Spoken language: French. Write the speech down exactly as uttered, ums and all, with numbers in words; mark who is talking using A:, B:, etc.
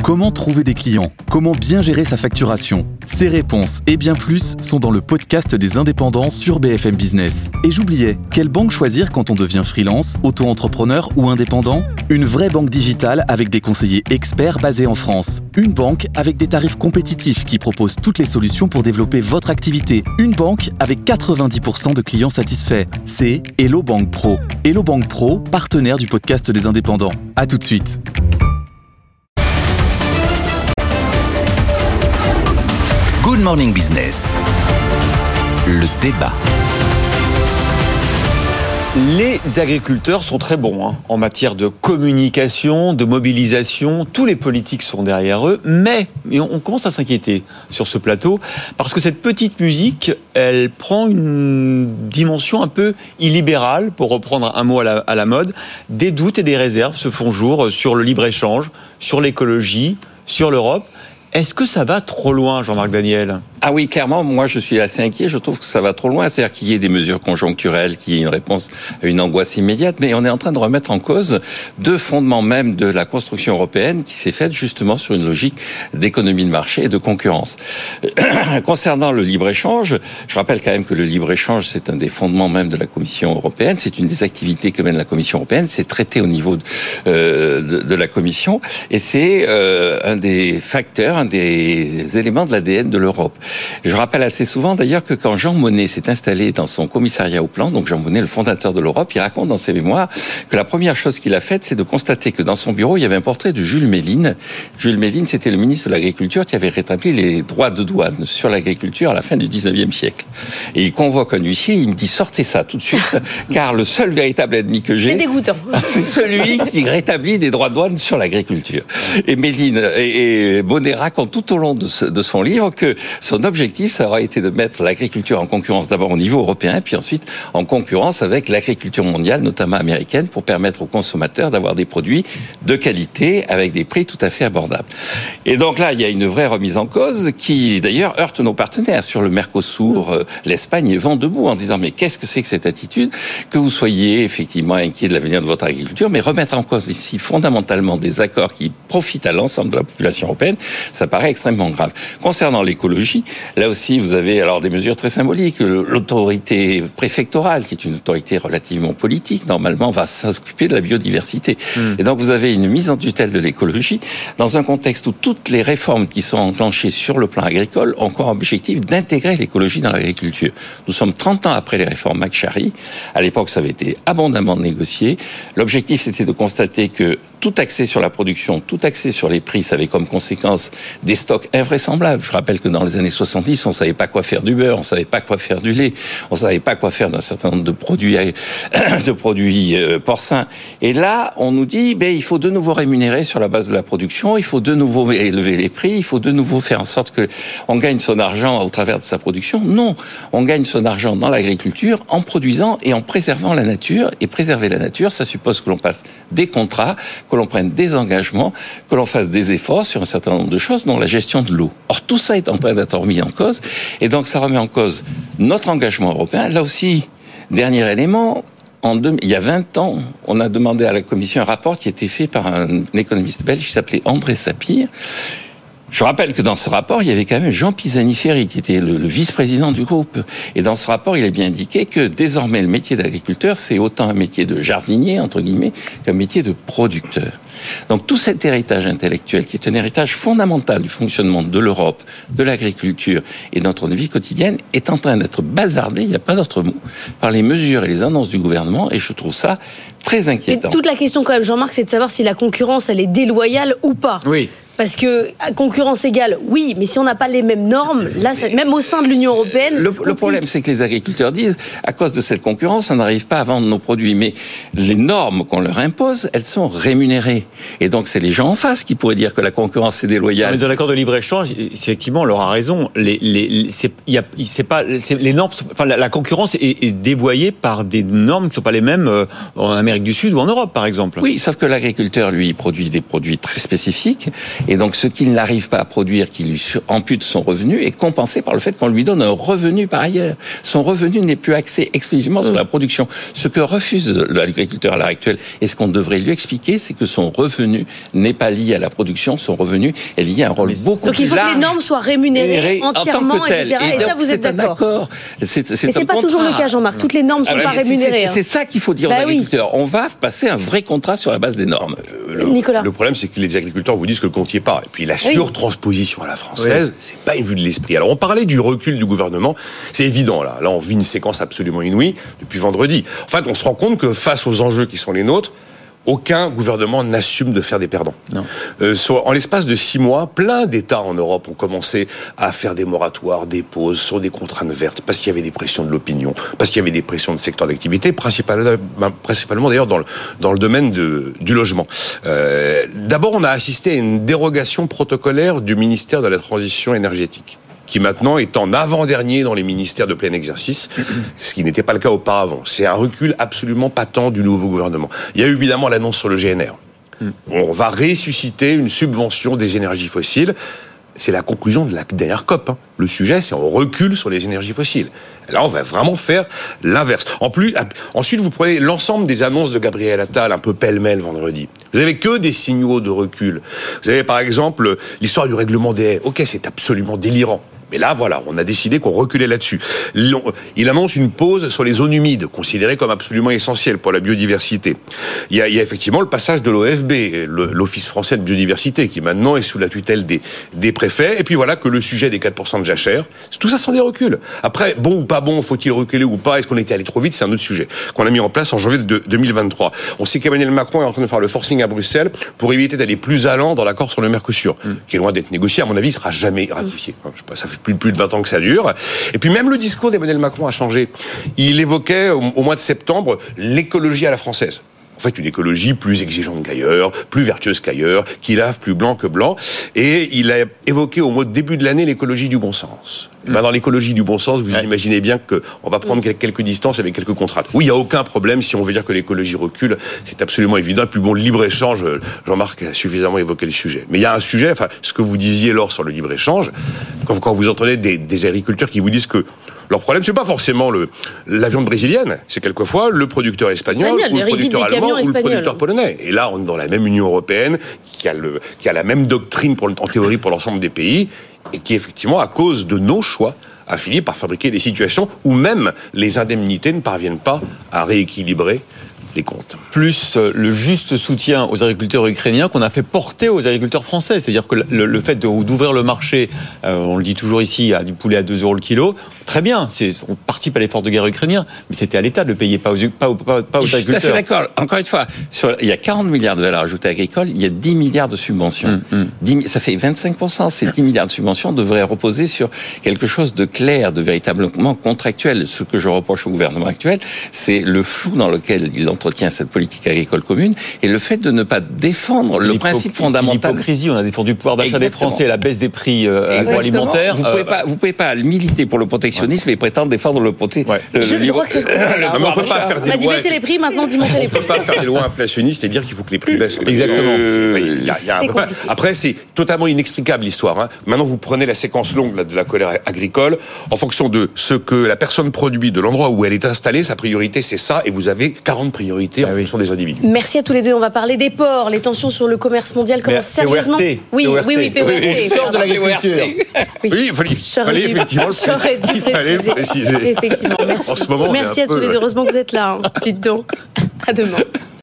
A: Comment trouver des clients ? Comment bien gérer sa facturation ? Ces réponses et bien plus sont dans le podcast des indépendants sur B F M Business. Et j'oubliais, quelle banque choisir quand on devient freelance, auto-entrepreneur ou indépendant ? Une vraie banque digitale avec des conseillers experts basés en France. Une banque avec des tarifs compétitifs qui propose toutes les solutions pour développer votre activité. Une banque avec quatre-vingt-dix pour cent de clients satisfaits. C'est Hello Bank Pro. Hello Bank Pro, partenaire du podcast des indépendants. À tout de suite.
B: Good Morning Business, le débat.
C: Les agriculteurs sont très bons hein, en matière de communication, de mobilisation. Tous les politiques sont derrière eux, mais on commence à s'inquiéter sur ce plateau parce que cette petite musique, elle prend une dimension un peu illibérale, pour reprendre un mot à la, à la mode. Des doutes et des réserves se font jour sur le libre-échange, sur l'écologie, sur l'Europe. Est-ce que ça va trop loin, Jean-Marc Daniel ?
D: Ah oui, clairement, moi je suis assez inquiet, je trouve que ça va trop loin, c'est-à-dire qu'il y ait des mesures conjoncturelles, qu'il y ait une réponse à une angoisse immédiate, mais on est en train de remettre en cause deux fondements même de la construction européenne qui s'est faite justement sur une logique d'économie de marché et de concurrence. Concernant le libre-échange, je rappelle quand même que le libre-échange, c'est un des fondements même de la Commission européenne, c'est une des activités que mène la Commission européenne, c'est traité au niveau de, euh, de, de la Commission, et c'est euh, un des facteurs, un des éléments de l'A D N de l'Europe. Je rappelle assez souvent d'ailleurs que quand Jean Monnet s'est installé dans son commissariat au plan, donc Jean Monnet, le fondateur de l'Europe, il raconte dans ses mémoires que la première chose qu'il a faite, c'est de constater que dans son bureau, il y avait un portrait de Jules Méline. Jules Méline, c'était le ministre de l'Agriculture qui avait rétabli les droits de douane sur l'agriculture à la fin du dix-neuvième siècle. Et il convoque un huissier, il me dit « sortez ça tout de suite, car le seul véritable ennemi que j'ai,
E: c'est dégoûtant.
D: C'est celui qui rétablit des droits de douane sur l'agriculture. » Et Méline et, et Bonnet racontent tout au long de, ce, de son livre que son objectif, ça aura été de mettre l'agriculture en concurrence d'abord au niveau européen, puis ensuite en concurrence avec l'agriculture mondiale, notamment américaine, pour permettre aux consommateurs d'avoir des produits de qualité avec des prix tout à fait abordables. Et donc là, il y a une vraie remise en cause qui, d'ailleurs, heurte nos partenaires. Sur le Mercosur, euh, l'Espagne est vent debout en disant « mais qu'est-ce que c'est que cette attitude ? Que vous soyez effectivement inquiet de l'avenir de votre agriculture, mais remettre en cause ici fondamentalement des accords qui profitent à l'ensemble de la population européenne, ça paraît extrêmement grave. » Concernant l'écologie, là aussi, vous avez alors des mesures très symboliques. L'autorité préfectorale, qui est une autorité relativement politique, normalement, va s'occuper de la biodiversité. Mmh. Et donc, vous avez une mise en tutelle de l'écologie dans un contexte où toutes les réformes qui sont enclenchées sur le plan agricole ont comme objectif d'intégrer l'écologie dans l'agriculture. Nous sommes trente ans après les réformes McCharry. À l'époque, ça avait été abondamment négocié. L'objectif, c'était de constater que tout axé sur la production, tout axé sur les prix, ça avait comme conséquence des stocks invraisemblables. Je rappelle que dans les années soixante-dix, on savait pas quoi faire du beurre, on savait pas quoi faire du lait, on savait pas quoi faire d'un certain nombre de produits, de produits porcins. Et là, on nous dit, ben, il faut de nouveau rémunérer sur la base de la production, il faut de nouveau élever les prix, il faut de nouveau faire en sorte que on gagne son argent au travers de sa production. Non, on gagne son argent dans l'agriculture en produisant et en préservant la nature. Et préserver la nature, ça suppose que l'on passe des contrats, que l'on prenne des engagements, que l'on fasse des efforts sur un certain nombre de choses, dont la gestion de l'eau. Or, tout ça est en train d'être remis en cause, et donc ça remet en cause notre engagement européen. Là aussi, dernier élément, en deux, il y a vingt ans, on a demandé à la Commission un rapport qui a été fait par un économiste belge qui s'appelait André Sapir. Je rappelle que dans ce rapport, il y avait quand même Jean Pisani-Ferry, qui était le, le vice-président du groupe. Et dans ce rapport, il est bien indiqué que désormais, le métier d'agriculteur, c'est autant un métier de jardinier, entre guillemets, qu'un métier de producteur. Donc tout cet héritage intellectuel, qui est un héritage fondamental du fonctionnement de l'Europe, de l'agriculture et de notre vie quotidienne, est en train d'être bazardé, il n'y a pas d'autre mot, par les mesures et les annonces du gouvernement, et je trouve ça très inquiétant.
E: Mais toute la question quand même, Jean-Marc, c'est de savoir si la concurrence, elle est déloyale ou pas.
C: Oui.
E: Parce que, à concurrence égale, oui, mais si on n'a pas les mêmes normes, là, ça, même au sein de l'Union européenne,
D: le,
E: ça
D: le problème, c'est que les agriculteurs disent, à cause de cette concurrence, on n'arrive pas à vendre nos produits. Mais les normes qu'on leur impose, elles sont rémunérées. Et donc, c'est les gens en face qui pourraient dire que la concurrence est déloyale.
C: Mais dans l'accord de libre-échange, effectivement, on leur a raison. Les, les, c'est, y a, c'est pas, c'est, les normes, enfin, la, la concurrence est, est dévoyée par des normes qui ne sont pas les mêmes euh, en Amérique du Sud ou en Europe, par exemple.
D: Oui, sauf que l'agriculteur, lui, produit des produits très spécifiques. Et donc, ce qu'il n'arrive pas à produire, qui lui ampute son revenu, est compensé par le fait qu'on lui donne un revenu par ailleurs. Son revenu n'est plus axé exclusivement sur la production. Ce que refuse l'agriculteur à l'heure actuelle, et ce qu'on devrait lui expliquer, c'est que son revenu n'est pas lié à la production, son revenu est lié à un rôle beaucoup
E: donc
D: plus large.
E: Donc il faut que les normes soient rémunérées entièrement, et cetera. Et, et ça, vous êtes d'accord.
D: C'est, c'est
E: Mais c'est pas contrat. Toujours le cas, Jean-Marc. Toutes les normes ne sont
D: Alors,
E: pas rémunérées.
D: C'est,
E: hein.
D: c'est ça qu'il faut dire
E: bah
D: aux agriculteurs. Oui. On va passer un vrai contrat sur la base des normes.
F: Euh, le,
E: Nicolas.
F: Le problème, c'est que les agriculteurs vous disent que le compte n'y est pas. Et puis la oui. surtransposition à la française, oui. c'est pas une vue de l'esprit. Alors on parlait du recul du gouvernement. C'est évident, là. Là, on vit une séquence absolument inouïe depuis vendredi. En fait, on se rend compte que face aux enjeux qui sont les nôtres, aucun gouvernement n'assume de faire des perdants. Euh, sur, en l'espace de six mois, plein d'États en Europe ont commencé à faire des moratoires, des pauses sur des contraintes vertes, parce qu'il y avait des pressions de l'opinion, parce qu'il y avait des pressions de secteur d'activité, principalement, principalement d'ailleurs dans le, dans le domaine de, du logement. Euh, d'abord, on a assisté à une dérogation protocolaire du ministère de la Transition énergétique, qui maintenant est en avant-dernier dans les ministères de plein exercice, ce qui n'était pas le cas auparavant. C'est un recul absolument patent du nouveau gouvernement. Il y a eu évidemment l'annonce sur le G N R. On va ressusciter une subvention des énergies fossiles. C'est la conclusion de la dernière COP. Hein. Le sujet, c'est on recule sur les énergies fossiles. Là, on va vraiment faire l'inverse. En plus, ensuite, vous prenez l'ensemble des annonces de Gabriel Attal, un peu pêle-mêle vendredi. Vous n'avez que des signaux de recul. Vous avez par exemple l'histoire du règlement des haies. Ok, c'est absolument délirant. Mais là, voilà, on a décidé qu'on reculait là-dessus. Il annonce une pause sur les zones humides, considérées comme absolument essentielles pour la biodiversité. Il y a, il y a effectivement le passage de l'O F B, l'Office français de biodiversité, qui maintenant est sous la tutelle des, des préfets. Et puis voilà que le sujet des quatre pour cent de jachère, tout ça sont des reculs. Après, bon ou pas bon, faut-il reculer ou pas, est-ce qu'on était allé trop vite, c'est un autre sujet qu'on a mis en place en janvier de deux mille vingt-trois. On sait qu'Emmanuel Macron est en train de faire le forcing à Bruxelles pour éviter d'aller plus allant dans l'accord sur le Mercosur, mmh. qui est loin d'être négocié. À mon avis, il sera jamais ratifié. Mmh. Je sais pas, ça fait plus, plus de vingt ans que ça dure. Et puis même le discours d'Emmanuel Macron a changé. Il évoquait au, au mois de septembre l'écologie à la française. En fait, une écologie plus exigeante qu'ailleurs, plus vertueuse qu'ailleurs, qui lave plus blanc que blanc. Et il a évoqué au mois de début de l'année l'écologie du bon sens. Mmh. Ben, dans l'écologie du bon sens, vous ouais. imaginez bien qu'on va prendre mmh. quelques distances avec quelques contraintes. Oui, il n'y a aucun problème si on veut dire que l'écologie recule, c'est absolument évident. Et puis bon, le libre-échange, Jean-Marc a suffisamment évoqué le sujet. Mais il y a un sujet, enfin, ce que vous disiez lors sur le libre-échange, quand, quand vous entendez des, des agriculteurs qui vous disent que leur problème, c'est pas forcément le, la viande brésilienne, c'est quelquefois le producteur espagnol, espagnol ou le producteur allemand ou le producteur polonais. Et là, on est dans la même Union européenne, qui a, le, qui a la même doctrine pour, en théorie pour l'ensemble des pays, et qui effectivement, à cause de nos choix, a fini par fabriquer des situations où même les indemnités ne parviennent pas à rééquilibrer les comptes.
C: Plus le juste soutien aux agriculteurs ukrainiens qu'on a fait porter aux agriculteurs français. C'est-à-dire que le, le fait de, d'ouvrir le marché, euh, on le dit toujours ici, à du poulet à deux euros le kilo, très bien, c'est, on participe à l'effort de guerre ukrainien, mais c'était à l'État de le payer, pas aux, pas aux, pas, pas aux
D: Je
C: agriculteurs.
D: Je suis d'accord. Encore une fois, sur, il y a quarante milliards de valeur ajoutée agricole, il y a dix milliards de subventions. Mmh, mmh. dix, ça fait vingt-cinq pour cent. Ces dix milliards de subventions devraient reposer sur quelque chose de clair, de véritablement contractuel. Ce que je reproche au gouvernement actuel, c'est le flou dans lequel il entretient cette politique agricole commune et le fait de ne pas défendre le principe fondamental.
C: L'hypocrisie, on a défendu le pouvoir d'achat Exactement. des Français et la baisse des prix euh, agroalimentaires.
D: Vous ne pouvez, euh, pouvez pas militer pour le protectionnisme ouais. et prétendre défendre le protectionnisme. Ouais.
E: Je, je crois que c'est ce qu'on fait là.
F: On peut pas faire des
E: on a dit baisser les prix, maintenant on dit monter les prix.
F: On ne peut pas faire des lois inflationnistes et dire qu'il faut que les prix baissent.
C: Exactement.
F: Euh, il y a, il y a un peu pas. Après, c'est totalement inextricable l'histoire. Hein. Maintenant, vous prenez la séquence longue là, de la colère agricole en fonction de ce que la personne produit, de l'endroit où elle est installée, sa priorité c'est ça, et vous avez quarante priorités en ah, fonction oui. des individus.
E: Merci à tous les deux. On va parler des ports. Les tensions sur le commerce mondial commencent sérieusement.
C: Oui,
E: oui, oui, P O R T.
C: Oui, sort de l'agriculture.
F: Oui, oui, il fallait, fallait dû, effectivement
E: j'aurais dû préciser. préciser. Effectivement, merci.
F: En ce moment,
E: merci à
F: peu...
E: tous les deux. Heureusement que vous êtes là. Hein. Dites donc. À demain.